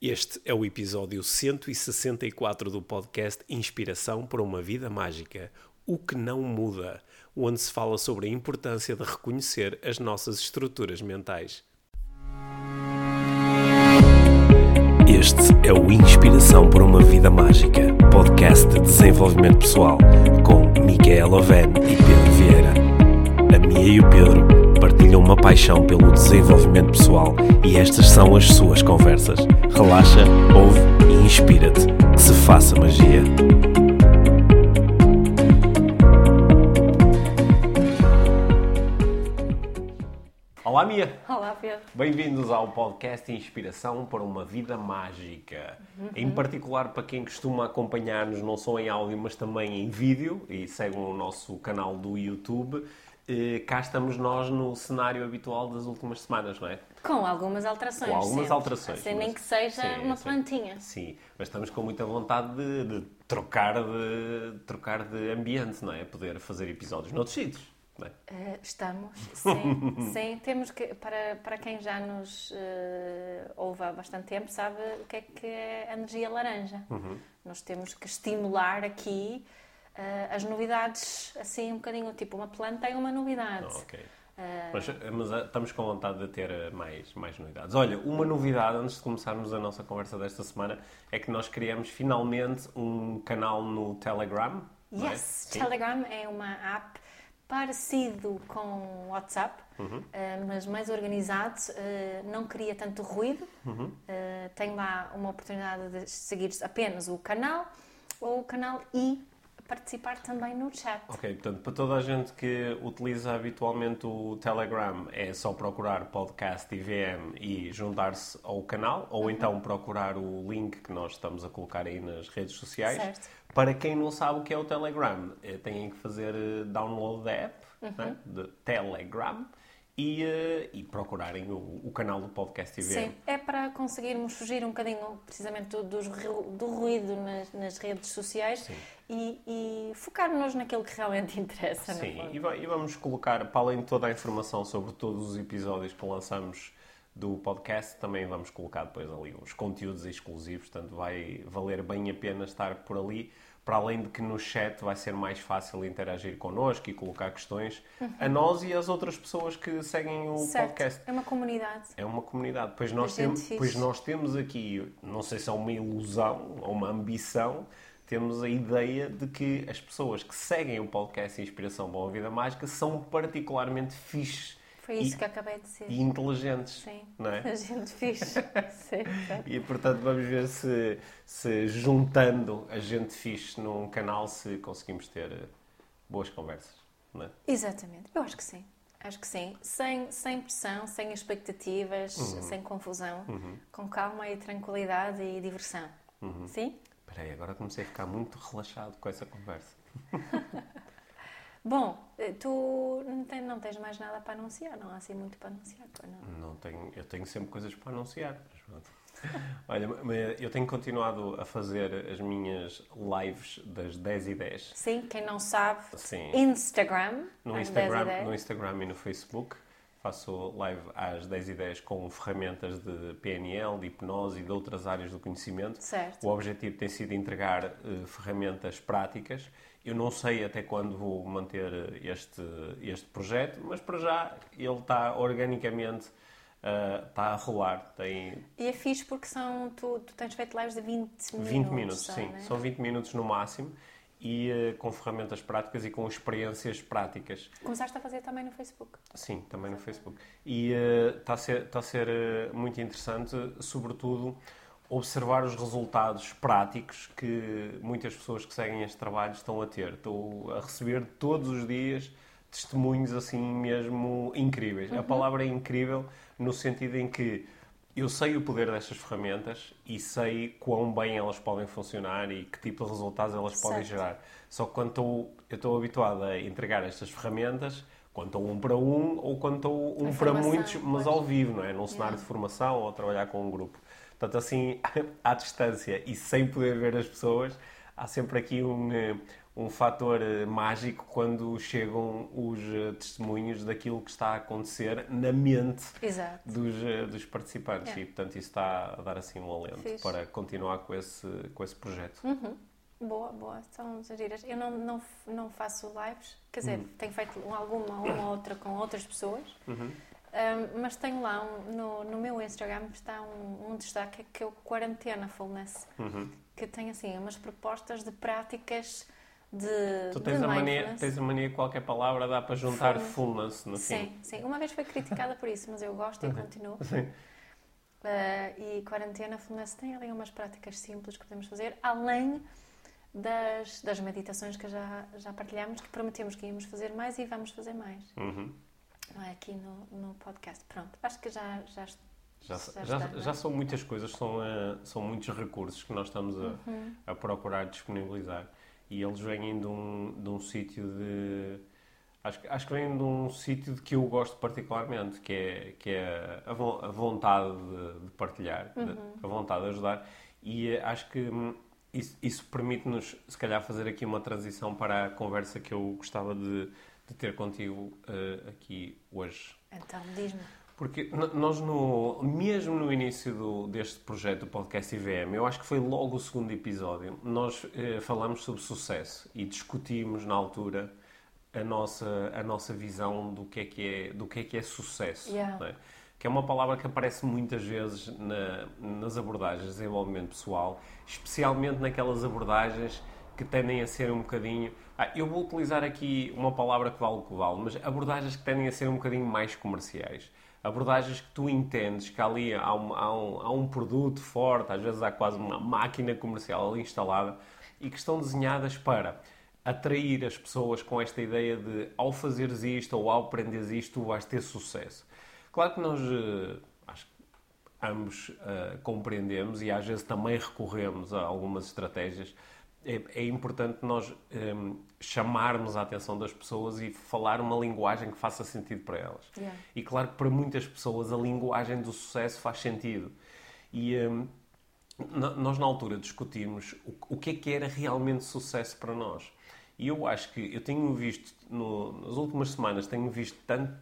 Este é o episódio 164 do podcast Inspiração para uma Vida Mágica, o que não muda, onde se fala sobre a importância de reconhecer as nossas estruturas mentais. Este é o Inspiração para uma Vida Mágica, podcast de desenvolvimento pessoal, com Micaela Oven e Pedro Vieira. A Mia e o Pedro partilham uma paixão pelo desenvolvimento pessoal e estas são as suas conversas. Relaxa, ouve e inspira-te. Que se faça magia. Olá, Mia! Olá, Pedro! Bem-vindos ao podcast Inspiração para uma Vida Mágica. Em particular para quem costuma acompanhar-nos não só em áudio, mas também em vídeo e seguem o nosso canal do YouTube. Cá estamos nós no cenário habitual das últimas semanas, não é? Com algumas alterações. Com algumas sempre. alterações. Assim, nem que seja uma plantinha. Sim, mas estamos com muita vontade de trocar de ambiente, não é? Poder fazer episódios noutros sítios. Estamos, sim. Sim, temos que, para quem já nos ouve há bastante tempo, sabe o que é a energia laranja. Nós temos que estimular aqui as novidades, assim, um bocadinho, tipo uma planta é uma novidade. Ok. Mas estamos com vontade de ter mais novidades. Olha, uma novidade, antes de começarmos a nossa conversa desta semana, é que nós criamos finalmente um canal no Telegram. Yes, Telegram é uma app parecido com o WhatsApp, mas mais organizado, não cria tanto ruído. Tem lá uma oportunidade de seguir apenas o canal e participar também no chat. Ok, portanto, para toda a gente que utiliza habitualmente o Telegram, é só procurar podcast IVM e juntar-se ao canal, ou então procurar o link que nós estamos a colocar aí nas redes sociais. Certo. Para quem não sabe o que é o Telegram, têm que fazer download da app, né, de Telegram, e procurarem o canal do podcast IVM. Sim, é para conseguirmos fugir um bocadinho, precisamente, do ruído nas redes sociais e focar-nos naquilo que realmente interessa. Sim, e vamos colocar, para além de toda a informação sobre todos os episódios que lançamos do podcast, também vamos colocar depois ali os conteúdos exclusivos, portanto vai valer bem a pena estar por ali, para além de que no chat vai ser mais fácil interagir connosco e colocar questões a nós e às outras pessoas que seguem o podcast. É uma comunidade. É uma comunidade. Pois nós temos aqui, não sei se é uma ilusão ou uma ambição, temos a ideia de que as pessoas que seguem o podcast Inspiração para uma Vida Mágica são particularmente fixes. Foi isso que acabei de dizer. E inteligentes. Sim, não é? a gente fixe. Sim. E, portanto, vamos ver se juntando a gente fixe num canal, se conseguimos ter boas conversas, não é? Exatamente. Eu acho que sim. Acho que sim. Sem pressão, sem expectativas, sem confusão. Com calma e tranquilidade e diversão. Sim? Espera aí, agora comecei a ficar muito relaxado com essa conversa. Bom, tu não tens mais nada para anunciar, não há assim muito para anunciar, não? Não tenho, eu tenho sempre coisas para anunciar. Olha, eu tenho continuado a fazer as minhas lives das 10h10. Sim, quem não sabe, Sim. Instagram, No às Instagram, 10h10. no Instagram e no Facebook. Faço live às 10h10 com ferramentas de PNL, de hipnose e de outras áreas do conhecimento. Certo. O objetivo tem sido entregar ferramentas práticas. Eu não sei até quando vou manter este projeto, mas para já ele está organicamente está a rolar. E é fixe porque tu tens feito lives de 20 minutos. 20 minutos, só, sim. Né? São 20 minutos no máximo e com ferramentas práticas e com experiências práticas. Começaste a fazer também no Facebook? Sim, também no Facebook. E está a ser muito interessante, sobretudo, observar os resultados práticos que muitas pessoas que seguem este trabalho estão a ter. Estou a receber todos os dias testemunhos assim mesmo incríveis. A palavra é incrível no sentido em que eu sei o poder destas ferramentas e sei quão bem elas podem funcionar e que tipo de resultados elas podem gerar. Só que quando eu estou habituado a entregar estas ferramentas, quando estou um para um ou quando estou um para muitos, mas ao vivo, não é? Num cenário de formação ou a trabalhar com um grupo. Portanto, assim, à distância e sem poder ver as pessoas, há sempre aqui um fator mágico quando chegam os testemunhos daquilo que está a acontecer na mente dos participantes. E, portanto, isso está a dar assim um alento para continuar com esse projeto. Boa. São giras. Eu não faço lives, quer dizer, tenho feito uma ou outra com outras pessoas, mas tenho lá, no meu Instagram está um destaque que é o Quarentena Fullness, que tem assim umas propostas de práticas de tens a mania que qualquer palavra dá para juntar fullness no fim. Sim. Uma vez foi criticada por isso, mas eu gosto e continuo. Sim. E Quarentena Fullness tem ali umas práticas simples que podemos fazer, além das meditações que já partilhámos, que prometemos que íamos fazer mais e vamos fazer mais. Não é aqui no podcast. Pronto, acho que já são muitas coisas, são muitos recursos que nós estamos a procurar disponibilizar. E eles vêm de um sítio de... Acho que vêm de um sítio de que eu gosto particularmente, que é a vontade de partilhar, a vontade de ajudar. E acho que isso permite-nos, se calhar, fazer aqui uma transição para a conversa que eu gostava de ter contigo aqui hoje. Então, diz-me. Porque nós, mesmo no início deste projeto do podcast IVM, eu acho que foi logo o segundo episódio, nós falamos sobre sucesso e discutimos na altura a nossa visão do que é sucesso. Não é? Que é uma palavra que aparece muitas vezes nas abordagens de desenvolvimento pessoal, especialmente naquelas abordagens que tendem a ser um bocadinho... eu vou utilizar aqui uma palavra que vale o que vale, mas abordagens que tendem a ser um bocadinho mais comerciais. Abordagens que tu entendes que ali há um produto forte, às vezes há quase uma máquina comercial ali instalada, e que estão desenhadas para atrair as pessoas com esta ideia de, ao fazeres isto ou ao aprenderes isto, tu vais ter sucesso. Claro que nós, acho que ambos compreendemos e às vezes também recorremos a algumas estratégias. É importante nós chamarmos a atenção das pessoas e falar uma linguagem que faça sentido para elas. E claro que para muitas pessoas a linguagem do sucesso faz sentido. E nós na altura discutimos o que era realmente sucesso para nós. E eu acho que eu tenho visto, nas últimas semanas, tenho visto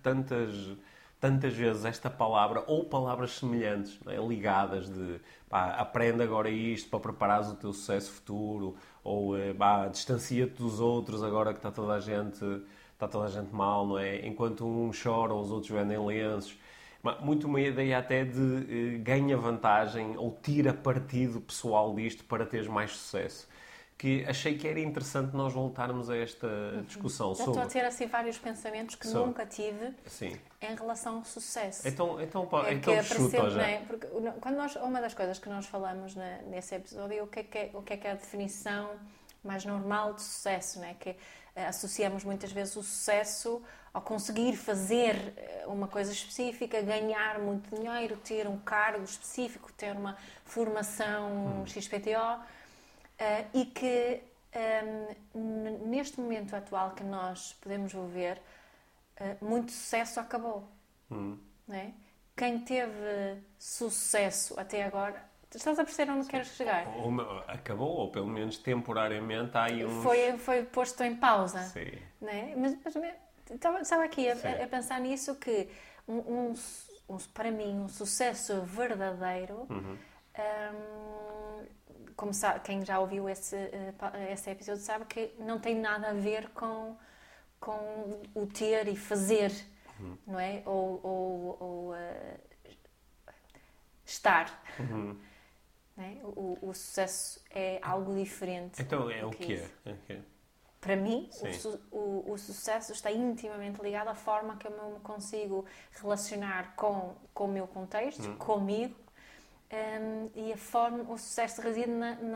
tantas vezes esta palavra, ou palavras semelhantes, não é? Ligadas de aprende agora isto para preparares o teu sucesso futuro, ou distancia-te dos outros agora que está toda a gente mal, não é? Enquanto uns choram, os outros vendem lenços. Muito uma ideia até de ganha vantagem ou tira partido pessoal disto para teres mais sucesso. Que achei que era interessante nós voltarmos a esta discussão. Já estou a ter assim vários pensamentos que nunca tive em relação ao sucesso. Então chuta já. É? Porque uma das coisas que nós falamos nesse episódio é o que é a definição mais normal de sucesso, né? Que associamos muitas vezes o sucesso ao conseguir fazer uma coisa específica, ganhar muito dinheiro, ter um cargo específico, ter uma formação XPTO. E que neste momento atual que nós podemos viver, muito sucesso acabou. Não é? Quem teve sucesso até agora, estás a perceber onde queres chegar? Acabou, ou pelo menos temporariamente há aí uns... Foi posto em pausa. Sim. Não é? Mas estava aqui a pensar nisso, que para mim um sucesso verdadeiro... Como sabe, quem já ouviu esse episódio sabe que não tem nada a ver com o ter e fazer, não é? Ou estar. Não é? O sucesso é algo diferente. Então é o que é? Para mim, o sucesso está intimamente ligado à forma que eu me consigo relacionar com o meu contexto, comigo, e o sucesso reside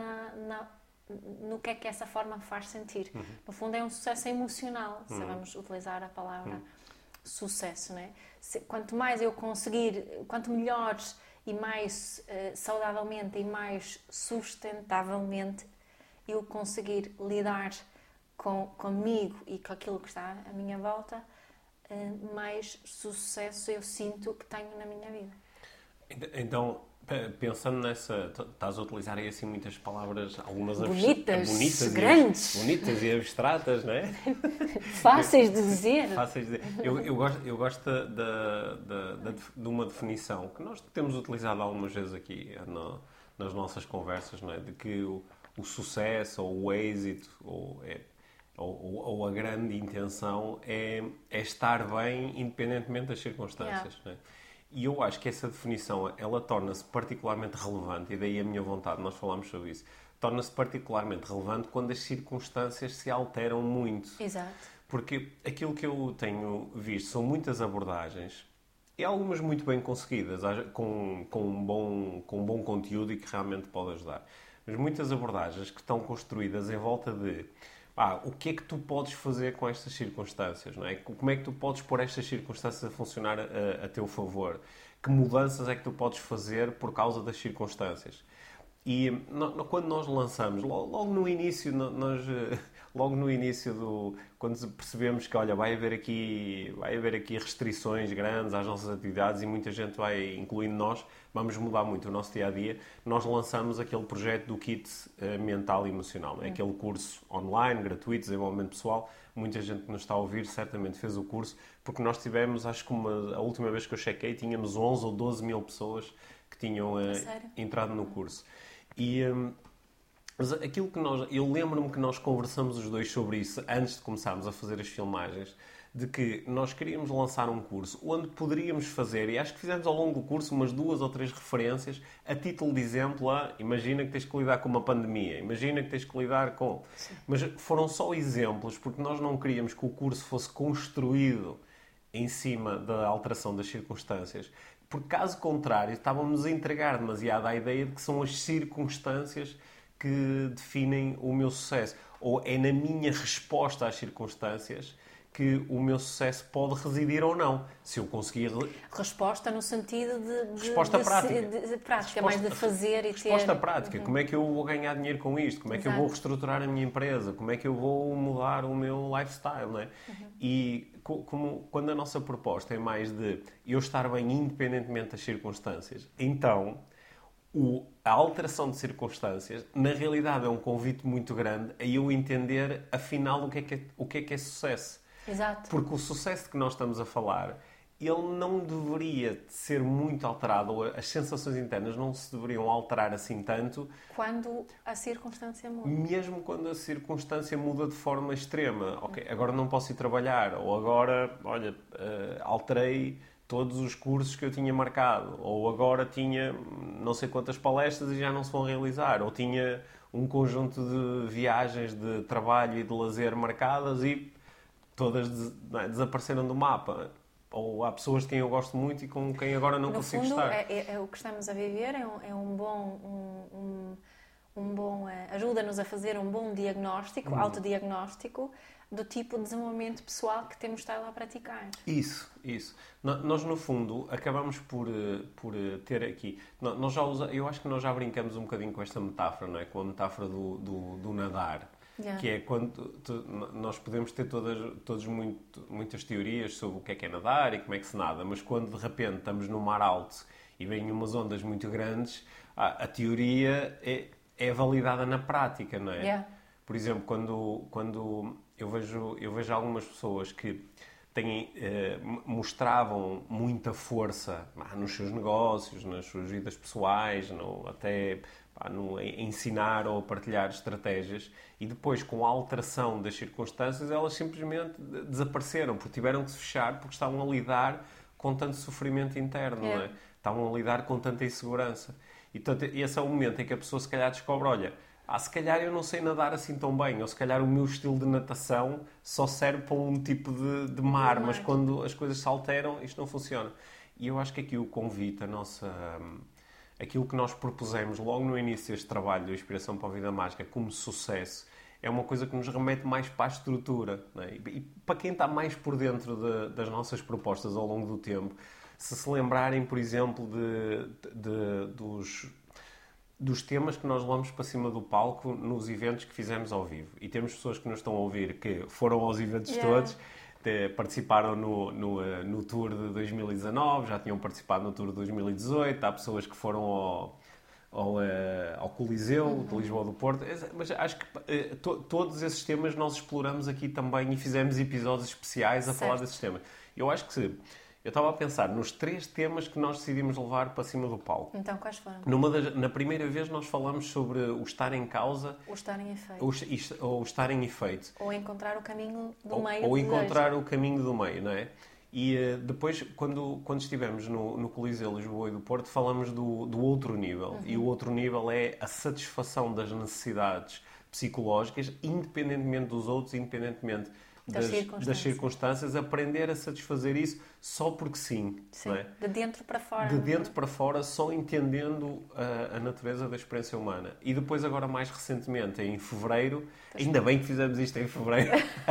no que é que essa forma faz sentir. No fundo é um sucesso emocional, se vamos utilizar a palavra sucesso, não é? Quanto mais eu conseguir, quanto melhor e mais saudavelmente e mais sustentavelmente eu conseguir lidar comigo e com aquilo que está à minha volta, mais sucesso eu sinto que tenho na minha vida. Então, Pensando nessa, estás a utilizar aí assim muitas palavras, algumas bonitas, grandes, bonitas e abstratas, não é? Fáceis de dizer. Fáceis de dizer. Eu gosto de uma definição que nós temos utilizado algumas vezes aqui nas nossas conversas, não é? De que o sucesso ou o êxito ou a grande intenção é estar bem independentemente das circunstâncias, não é? E eu acho que essa definição, ela torna-se particularmente relevante, e daí a minha vontade, nós falámos sobre isso, torna-se particularmente relevante quando as circunstâncias se alteram muito. Exato. Porque aquilo que eu tenho visto são muitas abordagens, e algumas muito bem conseguidas, com um bom conteúdo e que realmente pode ajudar. Mas muitas abordagens que estão construídas em volta de o que é que tu podes fazer com estas circunstâncias, não é? Como é que tu podes pôr estas circunstâncias a funcionar a teu favor? Que mudanças é que tu podes fazer por causa das circunstâncias? E quando nós lançamos, logo no início, quando percebemos que, olha, vai haver aqui restrições grandes às nossas atividades e muita gente vai, incluindo nós, vamos mudar muito o nosso dia-a-dia, nós lançamos aquele projeto do Kit Mental e Emocional. É aquele curso online, gratuito, desenvolvimento pessoal. Muita gente que nos está a ouvir certamente fez o curso, porque nós tivemos, acho que a última vez que eu chequei, tínhamos 11 ou 12 mil pessoas que tinham entrado no curso. Mas aquilo que eu lembro-me que nós conversamos os dois sobre isso antes de começarmos a fazer as filmagens, de que nós queríamos lançar um curso onde poderíamos fazer, e acho que fizemos ao longo do curso umas 2 ou 3 referências, a título de exemplo, imagina que tens que lidar com uma pandemia, imagina que tens que lidar com... Sim. Mas foram só exemplos, porque nós não queríamos que o curso fosse construído em cima da alteração das circunstâncias, porque caso contrário, estávamos a entregar demasiado à ideia de que são as circunstâncias que definem o meu sucesso. Ou é na minha resposta às circunstâncias que o meu sucesso pode residir ou não. Se eu conseguir... Resposta no sentido de resposta prática. De prática, mais de fazer e ter... Resposta prática. Como é que eu vou ganhar dinheiro com isto? Como é que eu vou reestruturar a minha empresa? Como é que eu vou mudar o meu lifestyle? Não é? E quando a nossa proposta é mais de eu estar bem independentemente das circunstâncias, então... A alteração de circunstâncias, na realidade, é um convite muito grande a eu entender, afinal, o que é sucesso. Exato. Porque o sucesso de que nós estamos a falar, ele não deveria ser muito alterado, ou as sensações internas não se deveriam alterar assim tanto... Quando a circunstância muda. Mesmo quando a circunstância muda de forma extrema. Ok, agora não posso ir trabalhar, ou agora, olha, alterei... todos os cursos que eu tinha marcado, ou agora tinha não sei quantas palestras e já não se vão realizar, ou tinha um conjunto de viagens de trabalho e de lazer marcadas e todas desapareceram do mapa. Ou há pessoas de quem eu gosto muito e com quem agora não consigo estar. É o que estamos a viver, ajuda-nos a fazer um bom diagnóstico, autodiagnóstico, do tipo de desenvolvimento pessoal que temos estado a praticar. Isso. Nós, no fundo, acabamos por ter aqui... eu acho que nós já brincamos um bocadinho com esta metáfora, não é? Com a metáfora do nadar. Yeah. Que é quando nós podemos ter todos muitas teorias sobre o que é nadar e como é que se nada, mas quando, de repente, estamos no mar alto e vêm umas ondas muito grandes, a teoria é validada na prática, não é? Yeah. Por exemplo, quando eu vejo algumas pessoas que mostravam muita força nos seus negócios, nas suas vidas pessoais, no ensinar ou partilhar estratégias, e depois, com a alteração das circunstâncias, elas simplesmente desapareceram, porque tiveram que se fechar, porque estavam a lidar com tanto sofrimento interno, não é? Estavam a lidar com tanta insegurança. E, portanto, esse é o momento em que a pessoa se calhar descobre, olha, se calhar eu não sei nadar assim tão bem, ou se calhar o meu estilo de natação só serve para um tipo de mar, mas quando as coisas se alteram, isto não funciona. E eu acho que aqui o convite, aquilo que nós propusemos logo no início deste trabalho de Inspiração para a Vida Mágica como sucesso, é uma coisa que nos remete mais para a estrutura, não é? E para quem está mais por dentro das nossas propostas ao longo do tempo, se lembrarem, por exemplo, dos temas que nós levamos para cima do palco nos eventos que fizemos ao vivo. E temos pessoas que nos estão a ouvir que foram aos eventos todos. participaram no Tour de 2019, já tinham participado no Tour de 2018, há pessoas que foram ao Coliseu de Lisboa do Porto, mas acho que todos esses temas nós exploramos aqui também e fizemos episódios especiais a falar desses temas. Eu acho que eu estava a pensar nos 3 temas que nós decidimos levar para cima do palco. Então, quais foram? Na primeira vez nós falamos sobre o estar em causa... O estar em efeito. Ou o estar em efeito. Ou encontrar o caminho do meio. Ou encontrar o caminho do meio, não é? E depois, quando estivemos no Coliseu Lisboa e do Porto, falamos do outro nível. E o outro nível é a satisfação das necessidades psicológicas, independentemente dos outros, independentemente das circunstâncias, aprender a satisfazer isso só porque sim. Sim, não é? De dentro para fora. De dentro para fora, só entendendo a natureza da experiência humana. E depois, agora mais recentemente, em fevereiro, ainda bem que fizemos isto em fevereiro,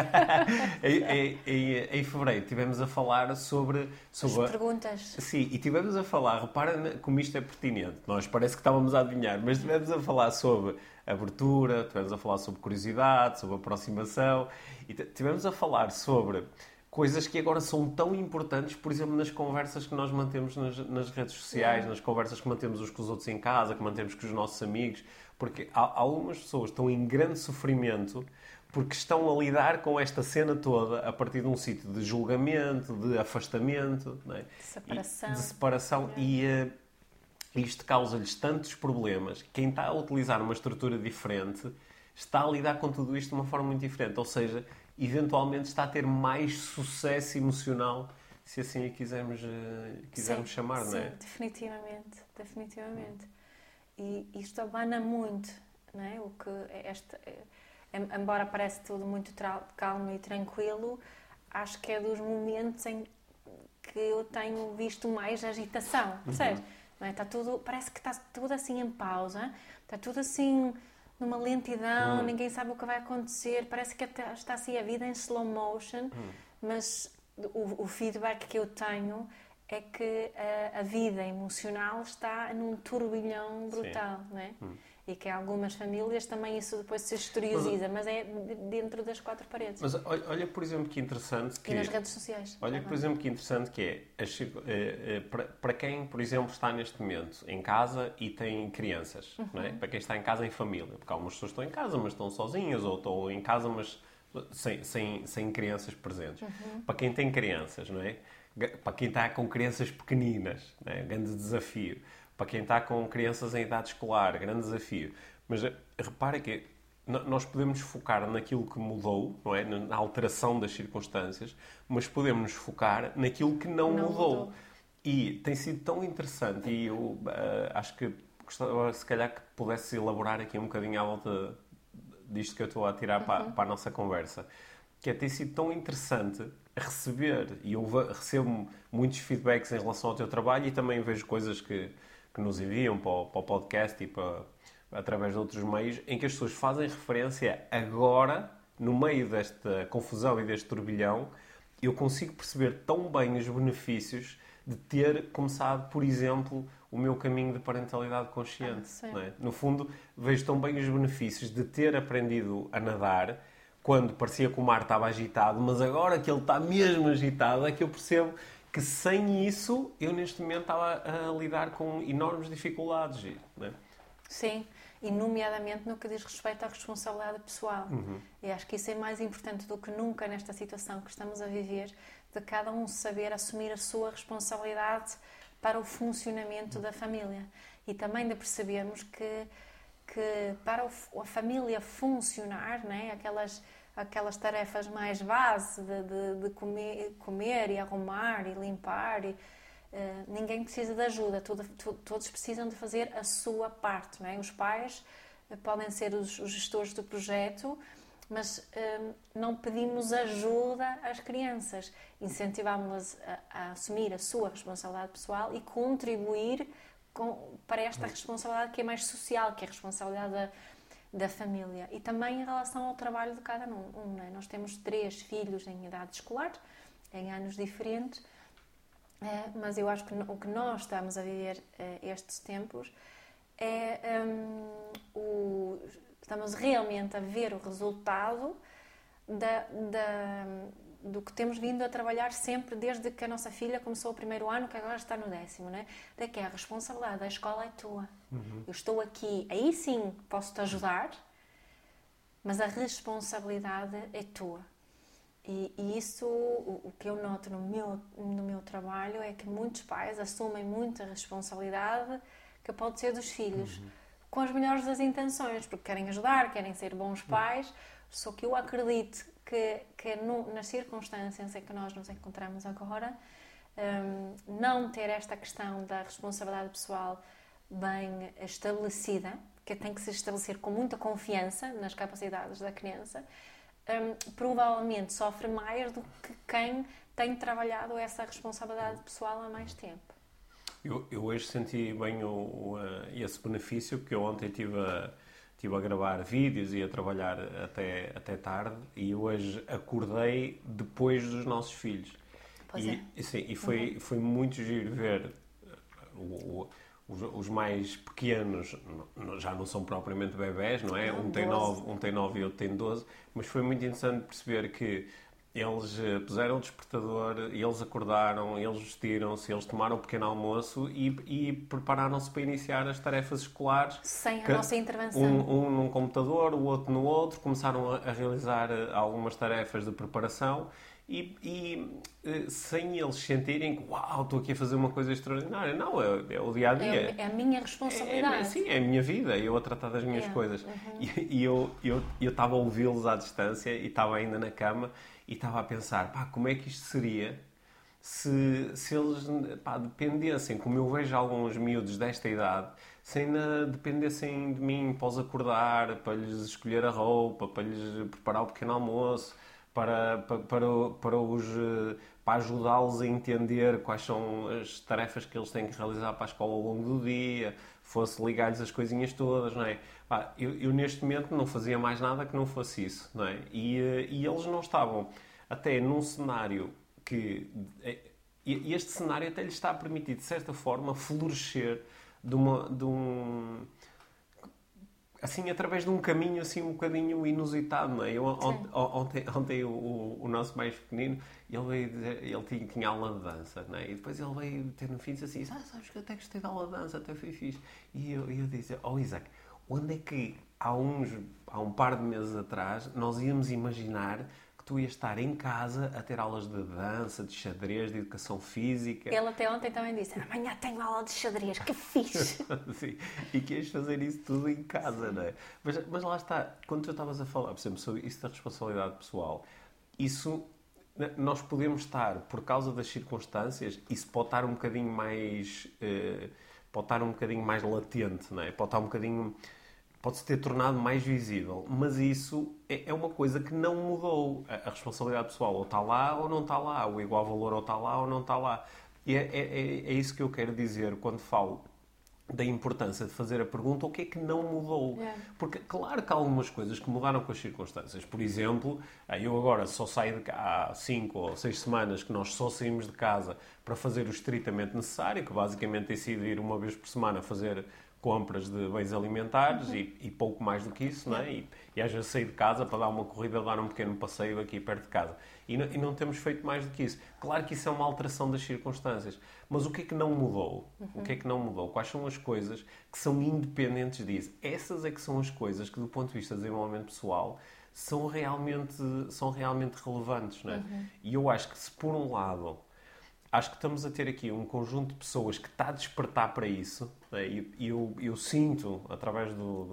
em fevereiro tivemos a falar sobre as perguntas. Sim, e tivemos a falar, repara como isto é pertinente, nós parece que estávamos a adivinhar, mas tivemos a falar sobre abertura, tivemos a falar sobre curiosidade, sobre aproximação, e tivemos a falar sobre coisas que agora são tão importantes, por exemplo, nas conversas que nós mantemos nas redes sociais, nas conversas que mantemos uns com os outros em casa, que mantemos com os nossos amigos, porque algumas pessoas estão em grande sofrimento porque estão a lidar com esta cena toda a partir de um sítio de julgamento, de afastamento, não é? De separação. E isto causa-lhes tantos problemas. Quem está a utilizar uma estrutura diferente está a lidar com tudo isto de uma forma muito diferente. Ou seja, eventualmente está a ter mais sucesso emocional, se assim a quisermos chamar, não é? Sim, definitivamente. E isto abana muito, não é? O que embora parece tudo muito calmo e tranquilo, acho que é dos momentos em que eu tenho visto mais agitação, percebes? Não é? Parece que está tudo assim em pausa, está tudo assim numa lentidão, ninguém sabe o que vai acontecer, parece que está assim a vida em slow motion, mas o feedback que eu tenho é que a vida emocional está num turbilhão brutal, não é? E que em algumas famílias também isso depois se exterioriza, mas é dentro das 4 paredes. Mas olha, por exemplo, que interessante que... E nas redes sociais. Olha, por exemplo, que interessante que é, para quem, por exemplo, está neste momento em casa e tem crianças, não é? Para quem está em casa em família, porque algumas pessoas estão em casa, mas estão sozinhas, ou estão em casa, mas sem crianças presentes. Para quem tem crianças, não é? Para quem está com crianças pequeninas, não é? Grande desafio. Para quem está com crianças em idade escolar, grande desafio. Mas repara que nós podemos focar naquilo que mudou, não é? Na alteração das circunstâncias, mas podemos nos focar naquilo que não mudou. E tem sido tão interessante, e eu acho que gostava, se calhar, que pudesse elaborar aqui um bocadinho à volta disto que eu estou a tirar para a nossa conversa, que tem sido tão interessante receber, e eu recebo muitos feedbacks em relação ao teu trabalho e também vejo coisas que nos enviam para o podcast e através de outros meios, em que as pessoas fazem referência agora, no meio desta confusão e deste turbilhão, eu consigo perceber tão bem os benefícios de ter começado, por exemplo, o meu caminho de parentalidade consciente. Não é? No fundo, vejo tão bem os benefícios de ter aprendido a nadar quando parecia que o mar estava agitado, mas agora que ele está mesmo agitado é que eu percebo que sem isso eu neste momento estava a lidar com enormes dificuldades. Não é? Sim, e nomeadamente no que diz respeito à responsabilidade pessoal. E acho que isso é mais importante do que nunca nesta situação que estamos a viver, de cada um saber assumir a sua responsabilidade para o funcionamento da família. E também de percebermos que para a família funcionar, né, aquelas tarefas mais base de comer e arrumar e limpar, ninguém precisa de ajuda, todos precisam de fazer a sua parte. Não é? Os pais podem ser os gestores do projeto, mas não pedimos ajuda às crianças, incentivamos-las a assumir a sua responsabilidade pessoal e contribuir para esta responsabilidade que é mais social, que é a responsabilidade da família. E também em relação ao trabalho de cada um. Não é? Nós temos 3 filhos em idade escolar, em anos diferentes, mas eu acho que o que nós estamos a viver estes tempos é estamos realmente a ver o resultado do que temos vindo a trabalhar sempre desde que a nossa filha começou o primeiro ano, que agora está no 10º, né? De que a responsabilidade da escola é tua. Eu estou aqui, aí sim posso-te ajudar, mas a responsabilidade é tua. E isso, o que eu noto no meu trabalho é que muitos pais assumem muita responsabilidade que pode ser dos filhos, com as melhores das intenções, porque querem ajudar, querem ser bons pais, só que eu acredito que nas circunstâncias em que nós nos encontramos agora, não ter esta questão da responsabilidade pessoal bem estabelecida, que tem que se estabelecer com muita confiança nas capacidades da criança, provavelmente sofre mais do que quem tem trabalhado essa responsabilidade pessoal há mais tempo. Eu hoje senti bem esse benefício, porque eu ontem estive a gravar vídeos e a trabalhar até tarde, e hoje acordei depois dos nossos filhos. Pois e foi muito giro ver os mais pequenos, já não são propriamente bebés, não é? Um tem 9 e outro tem 12, mas foi muito interessante perceber que eles puseram o despertador, eles acordaram, eles vestiram-se, eles tomaram um pequeno almoço e prepararam-se para iniciar as tarefas escolares. Sem a nossa intervenção. Um num computador, o outro no outro, começaram a realizar algumas tarefas de preparação e sem eles sentirem que, uau, estou aqui a fazer uma coisa extraordinária. Não, é o dia-a-dia. É a minha responsabilidade. Sim, é a minha vida, eu a tratar das minhas coisas. E eu estava a ouvi-los à distância e estava ainda na cama e estava a pensar, como é que isto seria se eles dependessem, como eu vejo alguns miúdos desta idade, se ainda dependessem de mim para os acordar, para lhes escolher a roupa, para lhes preparar o pequeno almoço, para ajudá-los a entender quais são as tarefas que eles têm que realizar para a escola ao longo do dia, fosse ligar-lhes as coisinhas todas, não é? Eu neste momento não fazia mais nada que não fosse isso, não é? E eles não estavam até num cenário que... E este cenário até lhes está a permitir, de certa forma, florescer assim, através de um caminho assim um bocadinho inusitado, não é? Ontem o nosso mais pequenino, ele veio dizer, ele tinha aula de dança, não é? E depois ele veio ter no fim e disse assim, sabes que eu até gostei da aula de dança, até foi fixe. E eu disse, Isaac, onde é que há um par de meses atrás nós íamos imaginar que tu ias estar em casa a ter aulas de dança, de xadrez, de educação física. Ele até ontem também disse, amanhã tenho aula de xadrez, que fixe! Sim, e queres fazer isso tudo em casa, não é? Mas lá está, quando tu estavas a falar, por exemplo, sobre isso da responsabilidade pessoal, isso, nós podemos estar, por causa das circunstâncias, isso pode estar um bocadinho mais, latente, não é? Pode-se ter tornado mais visível, mas isso é uma coisa que não mudou. A responsabilidade pessoal ou está lá ou não está lá, o igual valor ou está lá ou não está lá. E é isso que eu quero dizer quando falo da importância de fazer a pergunta o que é que não mudou. Porque claro que há algumas coisas que mudaram com as circunstâncias. Por exemplo, eu agora só saio de casa há 5 ou 6 semanas que nós só saímos de casa para fazer o estritamente necessário, que basicamente tem sido ir uma vez por semana fazer compras de bens alimentares e pouco mais do que isso, não é? E às vezes sair de casa para dar uma corrida, dar um pequeno passeio aqui perto de casa. E não temos feito mais do que isso. Claro que isso é uma alteração das circunstâncias. Mas o que é que não mudou? O que é que não mudou? Quais são as coisas que são independentes disso? Essas é que são as coisas que, do ponto de vista de desenvolvimento pessoal, são realmente relevantes, não é? E eu acho que se, por um lado, acho que estamos a ter aqui um conjunto de pessoas que está a despertar para isso, né? E eu sinto, através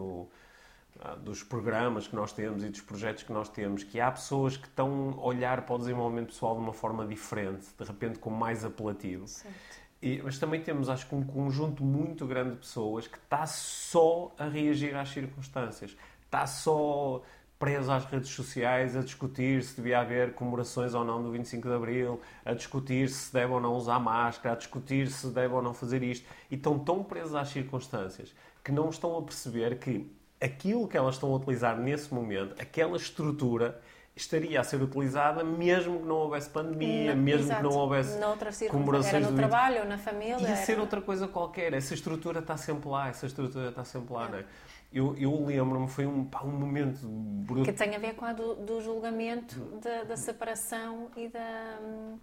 dos programas que nós temos e dos projetos que nós temos, que há pessoas que estão a olhar para o desenvolvimento pessoal de uma forma diferente, de repente como mais apelativo. Mas também temos, acho que, um conjunto muito grande de pessoas que está só a reagir às circunstâncias, está só preso às redes sociais a discutir se devia haver comemorações ou não do 25 de Abril, a discutir se deve ou não usar máscara, a discutir se deve ou não fazer isto. E estão tão presos às circunstâncias que não estão a perceber que aquilo que elas estão a utilizar nesse momento, aquela estrutura, estaria a ser utilizada mesmo que não houvesse pandemia, mesmo que não houvesse comemorações era no trabalho, na família. Ia ser outra coisa qualquer. Essa estrutura está sempre lá, não é? Eu lembro-me, foi um momento brutal. Que tem a ver com a do julgamento, da separação e da...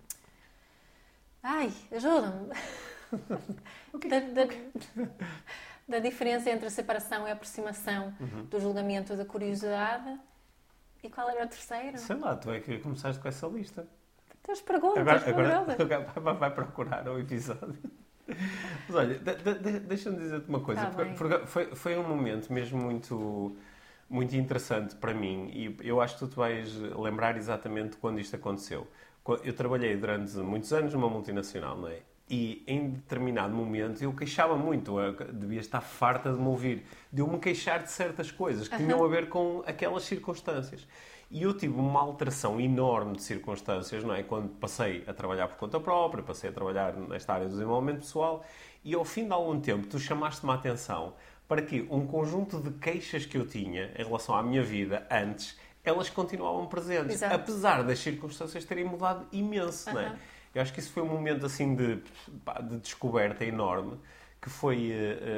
Ai, ajuda-me! Da diferença entre a separação e a aproximação, do julgamento da curiosidade. E qual era o terceiro? Sei lá, tu é que começaste com essa lista. Tens perguntas, agora vai procurar o episódio. Mas olha, deixa-me dizer-te uma coisa. Porque foi um momento mesmo muito, muito interessante para mim. E eu acho que tu te vais lembrar exatamente quando isto aconteceu. Eu trabalhei durante muitos anos numa multinacional, não é? E em determinado momento eu queixava muito, eu devia estar farta de me ouvir, de eu me queixar de certas coisas que tinham a ver com aquelas circunstâncias. E eu tive uma alteração enorme de circunstâncias, não é? Quando passei a trabalhar por conta própria, passei a trabalhar nesta área do desenvolvimento pessoal, e ao fim de algum tempo tu chamaste-me a atenção para que um conjunto de queixas que eu tinha em relação à minha vida antes, elas continuavam presentes, Exato. apesar das circunstâncias terem mudado imenso, não é? Eu acho que isso foi um momento assim de descoberta enorme, que foi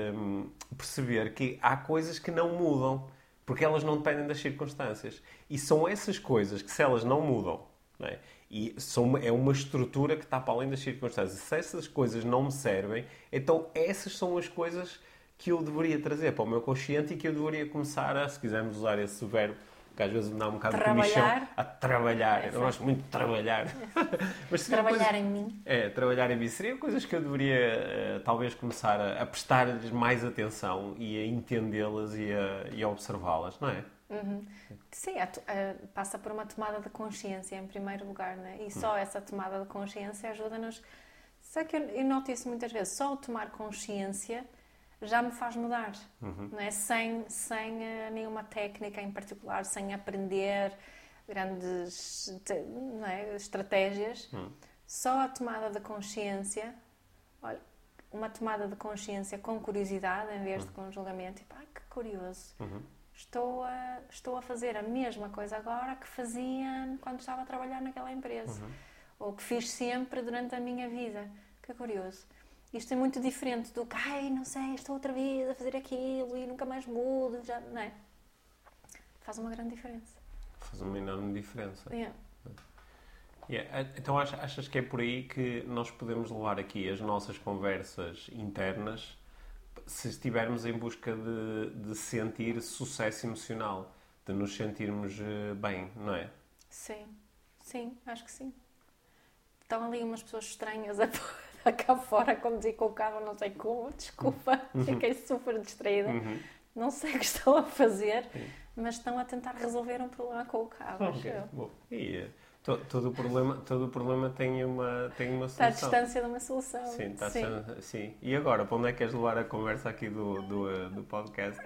perceber que há coisas que não mudam, porque elas não dependem das circunstâncias. E são essas coisas que, se elas não mudam, não é? E é uma estrutura que está para além das circunstâncias. Se essas coisas não me servem, então essas são as coisas que eu deveria trazer para o meu consciente e que eu deveria começar a, se quisermos usar esse verbo, que às vezes me dá um bocado de comichão, a trabalhar. Eu gosto muito de trabalhar. Mas trabalhar em mim. Trabalhar em mim. Seriam coisas que eu deveria talvez começar a prestar-lhes mais atenção e a entendê-las e a observá-las, não é? Sim, passa por uma tomada de consciência em primeiro lugar, não é? E só essa tomada de consciência ajuda-nos. Só que eu noto isso muitas vezes. Só o tomar consciência já me faz mudar, não é? Sem nenhuma técnica em particular, sem aprender grandes, não é, estratégias. Só a tomada de consciência, olha, uma tomada de consciência com curiosidade em vez de com julgamento. Tipo, que curioso. Estou a fazer a mesma coisa agora que fazia quando estava a trabalhar naquela empresa. Ou que fiz sempre durante a minha vida. Que curioso. Isto é muito diferente do que, não sei, estou outra vez a fazer aquilo e nunca mais mudo, já, não é? Faz uma grande diferença. Faz uma enorme diferença. Então achas que é por aí que nós podemos levar aqui as nossas conversas internas se estivermos em busca de sentir sucesso emocional, de nos sentirmos bem, não é? Sim, acho que sim. Estão ali umas pessoas estranhas a cá fora a conduzir com o carro, não sei como, desculpa, fiquei super distraída. Não sei o que estão a fazer, mas estão a tentar resolver um problema com o carro. Bom, todo o problema tem uma solução. Está à distância de uma solução. Sim. E agora, para onde é que queres levar a conversa aqui do podcast?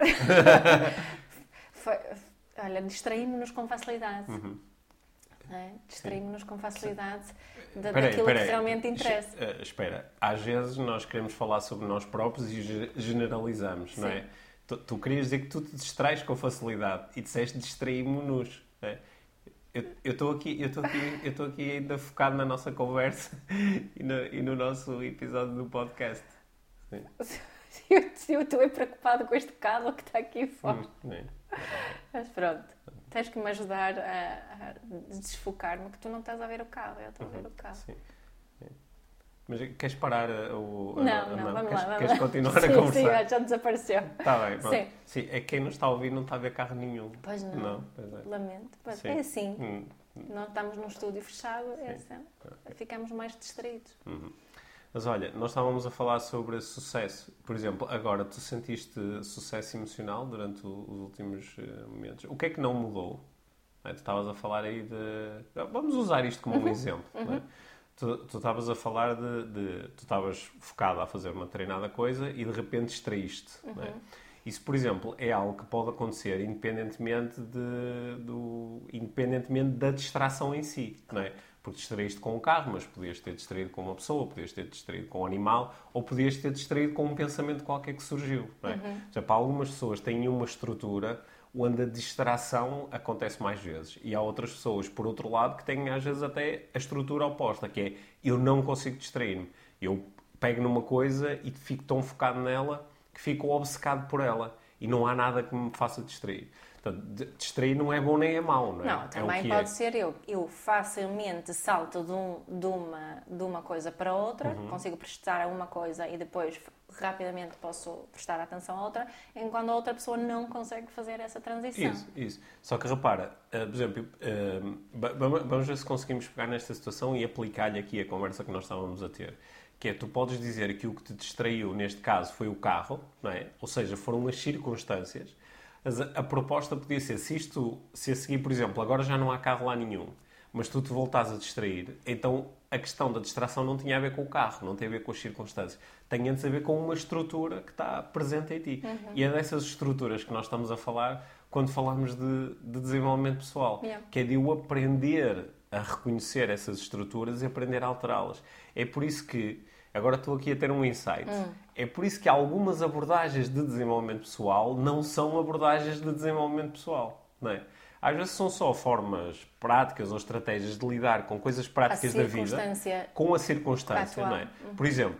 Olha, distraímos-nos com facilidade. Distraímos-nos com facilidade daquilo que realmente interessa. Espera, às vezes nós queremos falar sobre nós próprios e generalizamos, não é? Tu querias dizer que tu te distrais com facilidade e disseste distraímos-nos. Eu estou aqui ainda focado na nossa conversa e no nosso episódio do podcast. Eu estou preocupado com este carro que está aqui fora. Mas pronto. Tens que me ajudar a desfocar-me, que tu não estás a ver o carro, eu estou a ver o carro. Sim. Mas queres parar o... Não, vamos lá. Queres continuar a conversar? Sim, já desapareceu. Está bem, pronto. Sim, é que quem nos está a ouvir não está a ver carro nenhum. Pois não. Pois é. Lamento. Pois é assim. Nós estamos num estúdio fechado, ficamos mais distraídos. Mas olha, nós estávamos a falar sobre sucesso. Por exemplo, agora, tu sentiste sucesso emocional durante os últimos momentos? O que é que não mudou? Tu estavas a falar aí de... Vamos usar isto como um exemplo. Não é? Tu estavas a falar tu estavas focado a fazer uma determinada coisa e de repente distraíste. Não é? Isso, por exemplo, é algo que pode acontecer independentemente da distração em si. Não é? Porque distraíste com o carro, mas podias ter distraído com uma pessoa, podias ter distraído com um animal, ou podias ter distraído com um pensamento qualquer que surgiu. Não é? Já para algumas pessoas têm uma estrutura onde a distração acontece mais vezes. E há outras pessoas, por outro lado, que têm às vezes até a estrutura oposta, que é eu não consigo distrair-me. Eu pego numa coisa e fico tão focado nela que fico obcecado por ela. E não há nada que me faça distrair. Portanto, distrair não é bom nem é mau, não é? Não, também pode ser eu facilmente salto de uma coisa para outra, consigo prestar a uma coisa e depois rapidamente posso prestar atenção a outra, enquanto a outra pessoa não consegue fazer essa transição. Isso. Só que repara, por exemplo, vamos ver se conseguimos pegar nesta situação e aplicar-lhe aqui a conversa que nós estávamos a ter. Que é, tu podes dizer que o que te distraiu, neste caso, foi o carro, não é? Ou seja, foram as circunstâncias. Mas a proposta podia ser, se a seguir, por exemplo, agora já não há carro lá nenhum, mas tu te voltas a distrair, então a questão da distração não tinha a ver com o carro, não tem a ver com as circunstâncias. Tem antes a ver com uma estrutura que está presente em ti. E é dessas estruturas que nós estamos a falar quando falamos de desenvolvimento pessoal. Que é de eu aprender a reconhecer essas estruturas e aprender a alterá-las. É por isso que, agora estou aqui a ter um insight, é por isso que algumas abordagens de desenvolvimento pessoal não são abordagens de desenvolvimento pessoal, não é? Às vezes são só formas práticas ou estratégias de lidar com coisas práticas da vida, com a circunstância, não é? Por exemplo,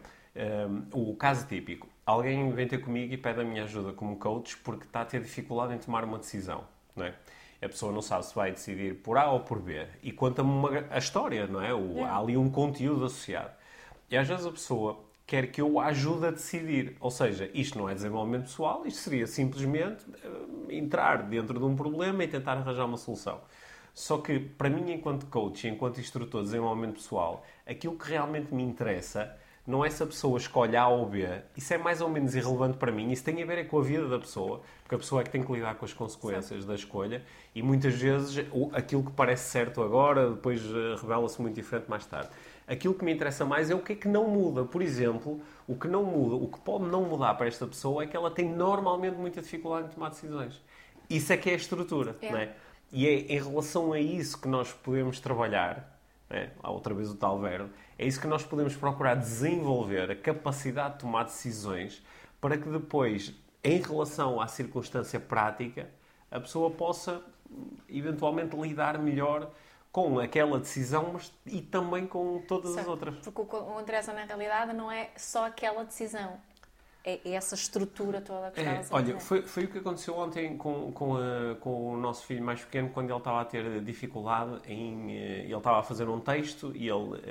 o caso típico, alguém vem ter comigo e pede a minha ajuda como coach porque está a ter dificuldade em tomar uma decisão, não é? A pessoa não sabe se vai decidir por A ou por B. E conta-me a história, não é? Há ali um conteúdo associado. E às vezes a pessoa quer que eu a ajude a decidir. Ou seja, isto não é desenvolvimento pessoal, isto seria simplesmente entrar dentro de um problema e tentar arranjar uma solução. Só que, para mim, enquanto coach, enquanto instrutor de desenvolvimento pessoal, aquilo que realmente me interessa não é se a pessoa escolhe A ou B. Isso é mais ou menos irrelevante para mim. Isso tem a ver é com a vida da pessoa, porque a pessoa é que tem que lidar com as consequências da escolha e muitas vezes aquilo que parece certo agora, depois revela-se muito diferente mais tarde. Aquilo que me interessa mais é o que é que não muda. Por exemplo, o que não muda, o que pode não mudar para esta pessoa é que ela tem normalmente muita dificuldade em tomar decisões. Isso é que é a estrutura, não é? E é em relação a isso que nós podemos trabalhar, há outra vez o tal verbo, é isso que nós podemos procurar desenvolver, a capacidade de tomar decisões, para que depois, em relação à circunstância prática, a pessoa possa, eventualmente, lidar melhor com aquela decisão, mas e também com todas as outras. Porque o que interessa na realidade não é só aquela decisão. É essa estrutura toda que estavas a dizer. Olha, foi o que aconteceu ontem com o nosso filho mais pequeno, quando ele estava a ter dificuldade ele estava a fazer um texto e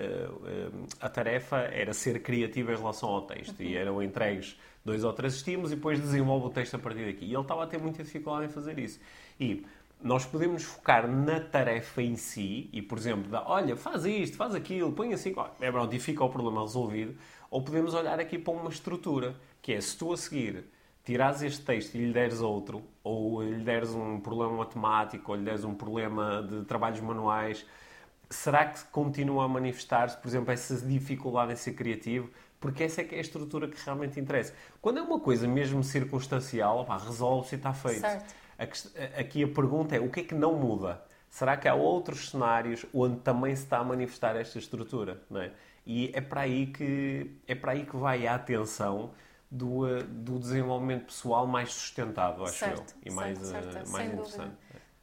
a tarefa era ser criativo em relação ao texto. E eram entregues 2 ou 3 estímulos e depois desenvolve o texto a partir daqui. E ele estava a ter muita dificuldade em fazer isso. E nós podemos focar na tarefa em si e, por exemplo, olha, faz isto, faz aquilo, põe assim, pronto, e fica o problema resolvido. Ou podemos olhar aqui para uma estrutura, que é, se tu a seguir tirares este texto e lhe deres outro, ou lhe deres um problema matemático, ou lhe deres um problema de trabalhos manuais, será que continua a manifestar-se, por exemplo, essa dificuldade em ser criativo? Porque essa é que é a estrutura que realmente interessa. Quando é uma coisa mesmo circunstancial, resolve-se e está feito. Certo. Aqui a pergunta é, o que é que não muda? Será que há outros cenários onde também se está a manifestar esta estrutura? Não é? E é para aí que vai a atenção do desenvolvimento pessoal mais sustentado, acho eu. E mais interessante.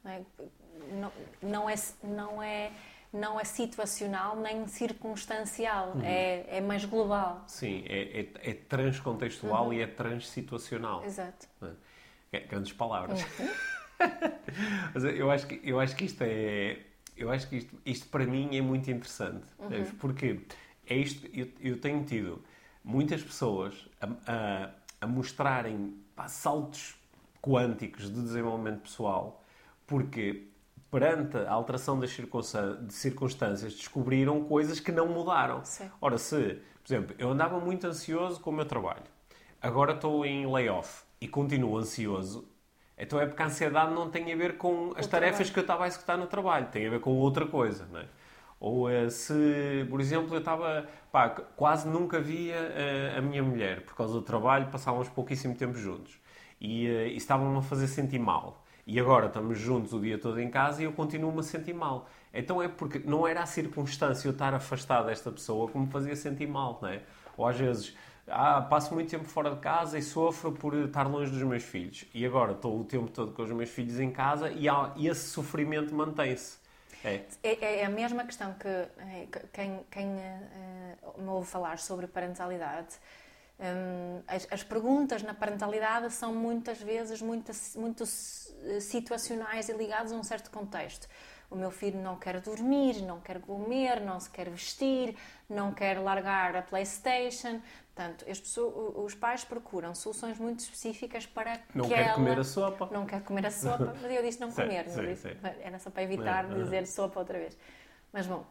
Não é situacional nem circunstancial, é mais global. Sim, é transcontextual e é transsituacional. Exato. Grandes palavras. Mas eu acho que isto para mim é muito interessante. Porque é isto, eu tenho tido muitas pessoas a mostrarem saltos quânticos de desenvolvimento pessoal porque perante a alteração das circunstâncias descobriram coisas que não mudaram. Sim. Ora, por exemplo, eu andava muito ansioso com o meu trabalho, agora estou em layoff e continuo ansioso, então é porque a ansiedade não tem a ver com as tarefas que eu estava a executar no trabalho, tem a ver com outra coisa, não é? Ou se, por exemplo, eu estava... quase nunca via a minha mulher, por causa do trabalho, passávamos pouquíssimo tempo juntos. E estavam-me a fazer sentir mal. E agora estamos juntos o dia todo em casa e eu continuo-me a sentir mal. Então é porque não era a circunstância eu estar afastado desta pessoa que me fazia sentir mal, não é? Ou às vezes, passo muito tempo fora de casa e sofro por estar longe dos meus filhos. E agora estou o tempo todo com os meus filhos em casa e esse sofrimento mantém-se. É a mesma questão que quem me ouve falar sobre parentalidade. As perguntas na parentalidade são muitas vezes muito situacionais e ligadas a um certo contexto. O meu filho não quer dormir, não quer comer, não se quer vestir, não quer largar a PlayStation. Portanto, os pais procuram soluções muito específicas para não quer comer a sopa. Não quer comer a sopa, mas eu disse não comer. Sim. Era só para evitar dizer sopa outra vez. Mas bom,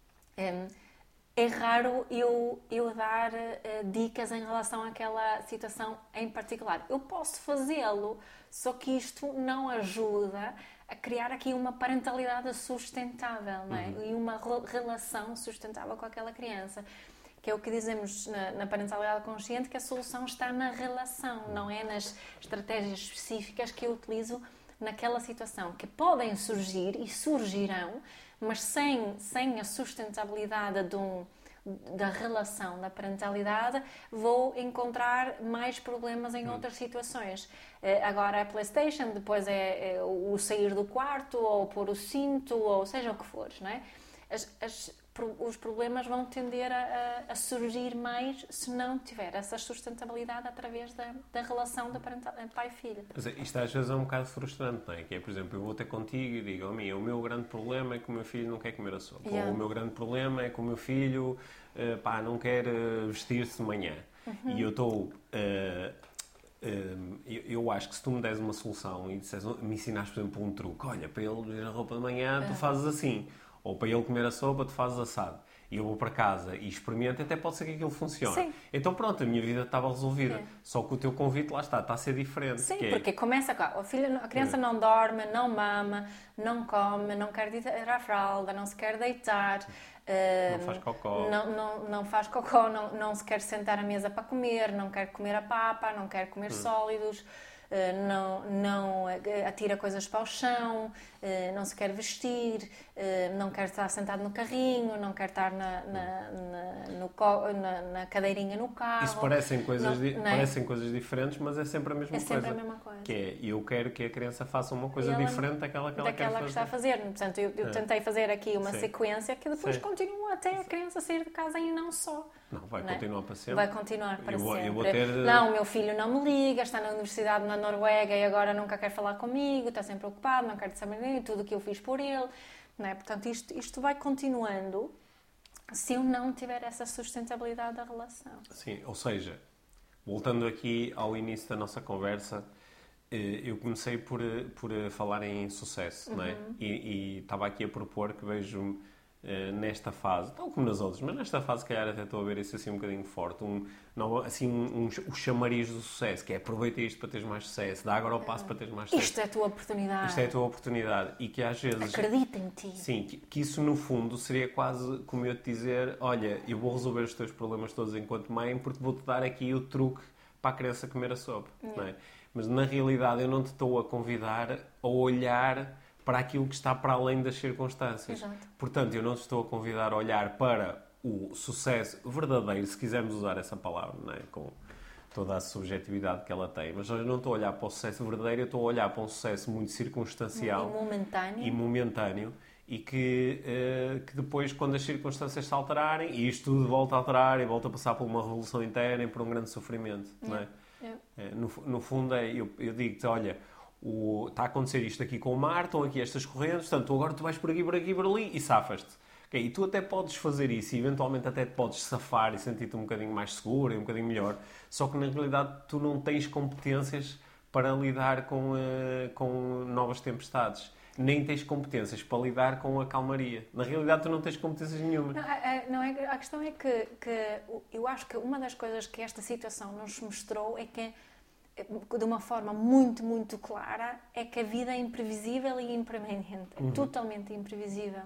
é raro eu dar dicas em relação àquela situação em particular. Eu posso fazê-lo, só que isto não ajuda a criar aqui uma parentalidade sustentável, não é? E uma relação sustentável com aquela criança. Que é o que dizemos na parentalidade consciente, que a solução está na relação, não é nas estratégias específicas que eu utilizo naquela situação, que podem surgir e surgirão, mas sem a sustentabilidade da relação, da parentalidade, vou encontrar mais problemas em outras situações. Agora é a PlayStation, depois é o sair do quarto, ou pôr o cinto, ou seja o que for, não é? Os problemas vão tender a surgir mais se não tiver essa sustentabilidade através da relação de pai e filho. Isto às vezes é um bocado frustrante, não é? Que é, por exemplo, eu vou ter contigo e digo, o meu grande problema é que o meu filho não quer comer a sopa. Ou o meu grande problema é que o meu filho não quer vestir-se de manhã. E eu estou... eu acho que se tu me des uma solução e me ensinares, por exemplo, um truque, olha, para ele vestir a roupa de manhã, tu fazes assim. Ou para ele comer a sopa, tu fazes assado. E eu vou para casa e experimento, até pode ser que aquilo funcione. Sim. Então pronto, a minha vida estava resolvida. Sim. Só que o teu convite, lá está a ser diferente. Sim, porque começa com a criança não dorme, não mama, não come, não quer tirar a fralda, não se quer deitar. Não faz cocó. Não faz cocó, não se quer sentar à mesa para comer, não quer comer a papa, não quer comer sólidos. Não atira coisas para o chão, não se quer vestir, não quer estar sentado no carrinho, não quer estar na cadeirinha no carro. Isso parecem coisas diferentes, mas é sempre a mesma coisa. É sempre a mesma coisa. Que é, eu quero que a criança faça uma coisa diferente daquela que ela quer fazer. Que está a fazer. Portanto, eu tentei fazer aqui uma sequência que depois continua até a criança sair de casa e não só. Não, vai continuar para sempre. Vai continuar para sempre. Eu vou ter... Não, o meu filho não me liga, está na universidade na Noruega e agora nunca quer falar comigo, está sempre ocupado, não quer saber tudo o que eu fiz por ele. Não é? Portanto, isto vai continuando se eu não tiver essa sustentabilidade da relação. Sim, ou seja, voltando aqui ao início da nossa conversa, eu comecei por falar em sucesso, não é? E estava aqui a propor que vejo nesta fase, tal como nas outras, mas nesta fase, se calhar, até estou a ver isso assim um bocadinho forte, o chamariz do sucesso, que é aproveita isto para teres mais sucesso, dá agora o passo para teres mais sucesso. Isto é a tua oportunidade. Isto é a tua oportunidade. E que às vezes... Acredita em ti. Sim, que isso no fundo seria quase como eu te dizer, olha, eu vou resolver os teus problemas todos enquanto mãe, porque vou-te dar aqui o truque para a criança comer a sopa. Não é? Mas na realidade eu não te estou a convidar a olhar para aquilo que está para além das circunstâncias. Exato. Portanto, eu não te estou a convidar a olhar para o sucesso verdadeiro, se quisermos usar essa palavra, não é? Com toda a subjetividade que ela tem. Mas eu não estou a olhar para o sucesso verdadeiro, eu estou a olhar para um sucesso muito circunstancial e momentâneo e que depois, quando as circunstâncias se alterarem, e isto tudo volta a alterar e volta a passar por uma revolução interna e por um grande sofrimento. Não é? No fundo, eu digo-te, olha... está a acontecer isto aqui com o mar, estão aqui estas correntes, portanto, agora tu vais por aqui, por ali e safas-te. Okay? E tu até podes fazer isso e eventualmente até te podes safar e sentir-te um bocadinho mais seguro e um bocadinho melhor, só que na realidade tu não tens competências para lidar com novas tempestades. Nem tens competências para lidar com a calmaria. Na realidade, tu não tens competências nenhuma. A questão é que eu acho que uma das coisas que esta situação nos mostrou é que de uma forma muito, muito clara, é que a vida é imprevisível e impermanente. É totalmente imprevisível.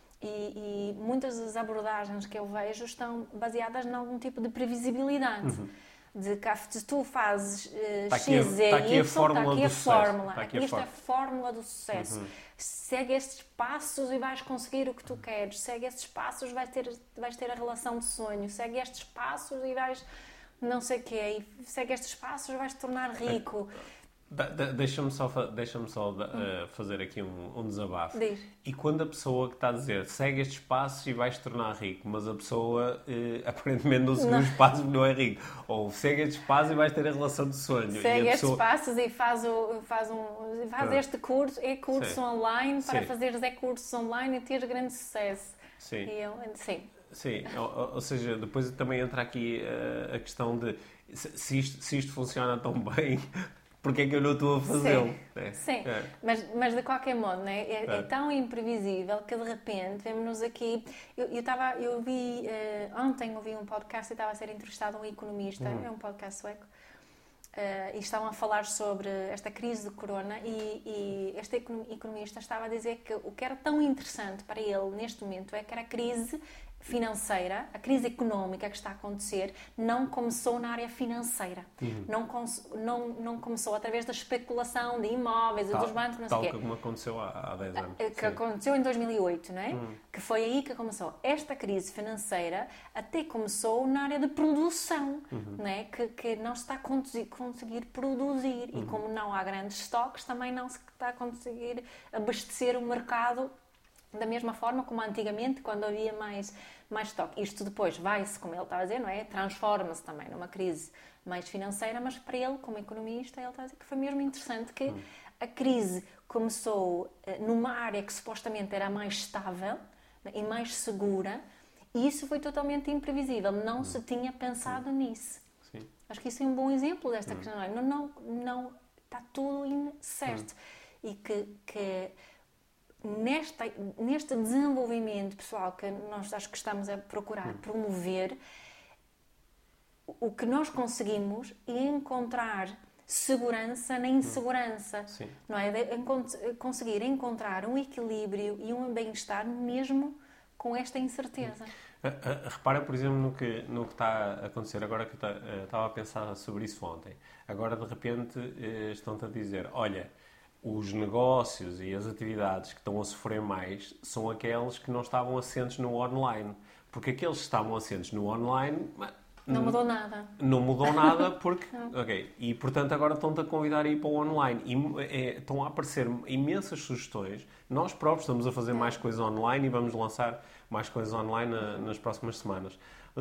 E muitas das abordagens que eu vejo estão baseadas em algum tipo de previsibilidade. Se tu fazes Está X, Z, está aqui Y, a fórmula está aqui a do sucesso. fórmula. Está aqui a Isto é a fórmula. fórmula do sucesso. Segue estes passos e vais conseguir o que tu queres. Segue estes passos, vais ter a relação de sonho. Segue estes passos e vais não sei o quê. E segue estes passos e vais te tornar rico. Deixa-me só fazer aqui um desabafo. Diz. E quando a pessoa que está a dizer segue estes passos e vais te tornar rico, mas a pessoa aparentemente não seguiu os passos não é rico. Ou segue estes passos e vais ter a relação de sonho. Segue e a estes pessoa... passos e faz este curso, curso Sim. online para Sim. fazeres cursos online e teres grande sucesso. Sim. Sim. Sim, ou seja, depois também entra aqui a questão de se isto funciona tão bem, porque é que eu não estou a fazê-lo? Sim. Mas de qualquer modo, né? É tão imprevisível que de repente vemos-nos aqui. Ontem ouvi um podcast e estava a ser entrevistado um economista, é um podcast sueco, e estavam a falar sobre esta crise de corona e este economista estava a dizer que o que era tão interessante para ele neste momento é que era a crise financeira, a crise económica que está a acontecer, não começou na área financeira. Não começou através da especulação de imóveis e dos bancos, não sei o quê. Tal como aconteceu há 10 anos. Que aconteceu em 2008, não é? Que foi aí que começou. Esta crise financeira até começou na área de produção, não é? Que não se está a conseguir produzir. E como não há grandes estoques, também não se está a conseguir abastecer o mercado da mesma forma como antigamente, quando havia mais estoque. Isto depois vai-se, como ele estava a dizer, não é? Transforma-se também numa crise mais financeira, mas para ele, como economista, ele está a dizer que foi mesmo interessante que a crise começou numa área que supostamente era mais estável e mais segura, e isso foi totalmente imprevisível. Não se tinha pensado nisso. Sim. Acho que isso é um bom exemplo desta questão. Não está tudo certo. E que neste desenvolvimento pessoal que nós acho que estamos a procurar promover, o que nós conseguimos é encontrar segurança na insegurança, não é? Conseguir encontrar um equilíbrio e um bem-estar mesmo com esta incerteza. Repara, por exemplo, no que está a acontecer agora, que eu estava a pensar sobre isso ontem. Agora, de repente, estão-te a dizer, olha, os negócios e as atividades que estão a sofrer mais são aqueles que não estavam assentes no online. Porque aqueles que estavam assentes no online... Não mudou nada. Não mudou nada porque... Ok. E, portanto, agora estão-te a convidar a ir para o online. E estão a aparecer imensas sugestões. Nós próprios estamos a fazer mais coisas online e vamos lançar mais coisas online nas próximas semanas. Mas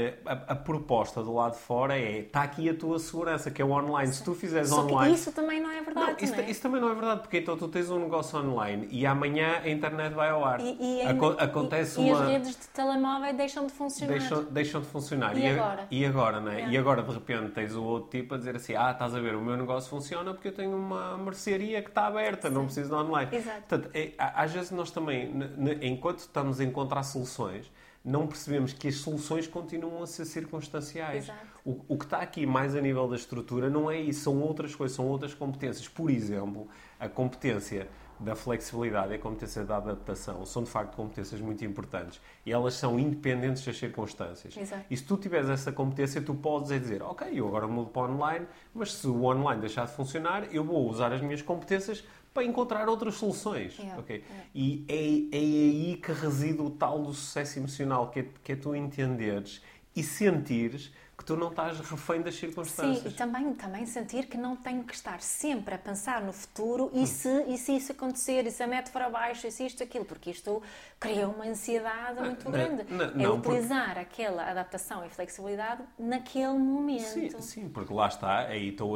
a proposta do lado de fora está aqui a tua segurança, que é o online. Se tu fizeres Só online... que isso também não é verdade, não é? Isso também não é verdade, porque então tu tens um negócio online e amanhã a internet vai ao ar. Acontece e as redes de telemóvel deixam de funcionar. Deixam de funcionar. E agora? E agora, não é? E agora, de repente, tens o outro tipo a dizer assim, estás a ver, o meu negócio funciona porque eu tenho uma mercearia que está aberta, não preciso de online. Exato. Portanto, às vezes nós também, enquanto estamos a encontrar soluções, não percebemos que as soluções continuam a ser circunstanciais. Exato. O que está aqui mais a nível da estrutura não é isso, são outras coisas, são outras competências. Por exemplo, a competência da flexibilidade e a competência da adaptação são, de facto, competências muito importantes. E elas são independentes das circunstâncias. Exato. E se tu tiveres essa competência, tu podes dizer, ok, eu agora mudo para o online, mas se o online deixar de funcionar, eu vou usar as minhas competências para encontrar outras soluções. Okay? E é aí que reside o tal do sucesso emocional, que é tu entenderes e sentires que tu não estás refém das circunstâncias. Sim, e também sentir que não tenho que estar sempre a pensar no futuro e se isso acontecer, e se a meta for abaixo, e se isto, aquilo, porque isto cria uma ansiedade muito grande. Utilizar aquela adaptação e flexibilidade naquele momento. Sim, porque lá está, aí estou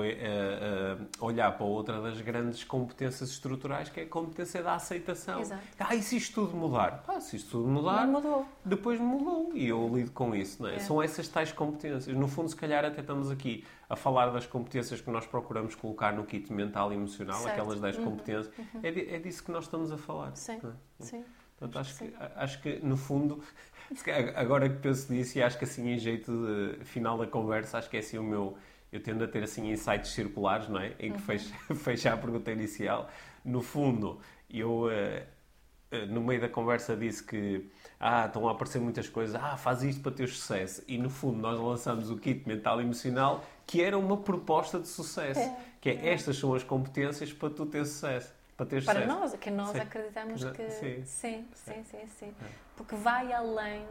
a olhar para outra das grandes competências estruturais, que é a competência da aceitação. Exato. E se isto tudo mudar? Se isto tudo mudar, depois mudou e eu lido com isso. Não é? São essas tais competências. No fundo, se calhar, até estamos aqui a falar das competências que nós procuramos colocar no kit mental e emocional, certo. Aquelas 10 competências. É disso que nós estamos a falar. Sim, não é? sim. Portanto, acho que, no fundo, agora que penso nisso e acho que assim, em jeito de final da conversa, acho que é assim o meu... Eu tendo a ter assim insights circulares, não é? Em que fecha a pergunta inicial. No fundo, eu no meio da conversa disse que estão a aparecer muitas coisas, faz isto para ter sucesso. E no fundo nós lançamos o kit mental e emocional, que era uma proposta de sucesso. Estas são as competências para tu ter sucesso. Para nós, que nós acreditamos que... Sim. Porque vai além...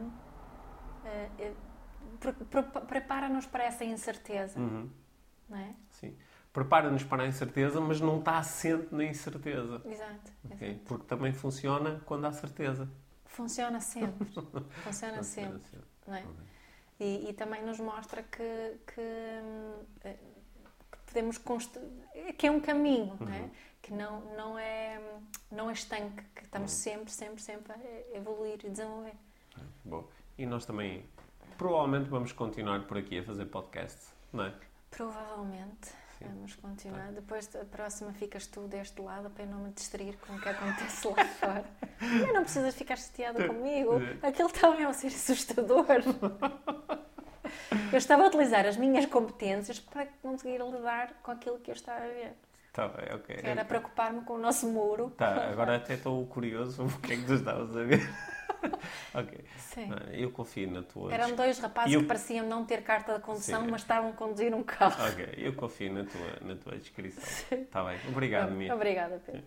prepara-nos para essa incerteza. Não é? Sim. Prepara-nos para a incerteza, mas não está assente na incerteza. Exato. Porque também funciona quando há certeza. Funciona sempre. Funciona sempre. Não é? E também nos mostra que podemos construir... Que é um caminho, não é? Que não é estanque, que estamos sempre a evoluir e desenvolver. Bom, e nós também provavelmente vamos continuar por aqui a fazer podcast, não é? Provavelmente. Sim. Vamos continuar. Depois, a próxima, ficas tu deste lado para eu não me distrair com o que acontece lá fora. E não precisas ficar chateada comigo. Aquilo também é a ser assustador. Eu estava a utilizar as minhas competências para conseguir lidar com aquilo que eu estava a ver. Tá bem, ok. Que era preocupar-me com o nosso muro. Agora até estou curioso o que é que tu estavas a ver. Ok. Sim. Eu confio na tua... Eram dois rapazes que pareciam não ter carta de condução, mas estavam a conduzir um carro. Ok, eu confio na tua descrição. Está bem. Obrigado, Mia. Obrigada, Pedro.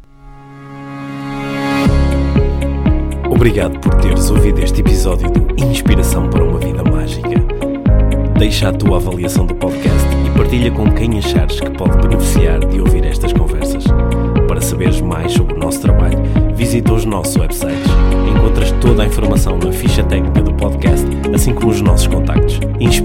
Obrigado por teres ouvido este episódio de Inspiração para uma Vida Mágica. Deixa a tua avaliação do podcast e partilha com quem achares que pode beneficiar de ouvir estas conversas. Para saberes mais sobre o nosso trabalho, visita os nossos websites. Encontras toda a informação na ficha técnica do podcast, assim como os nossos contactos.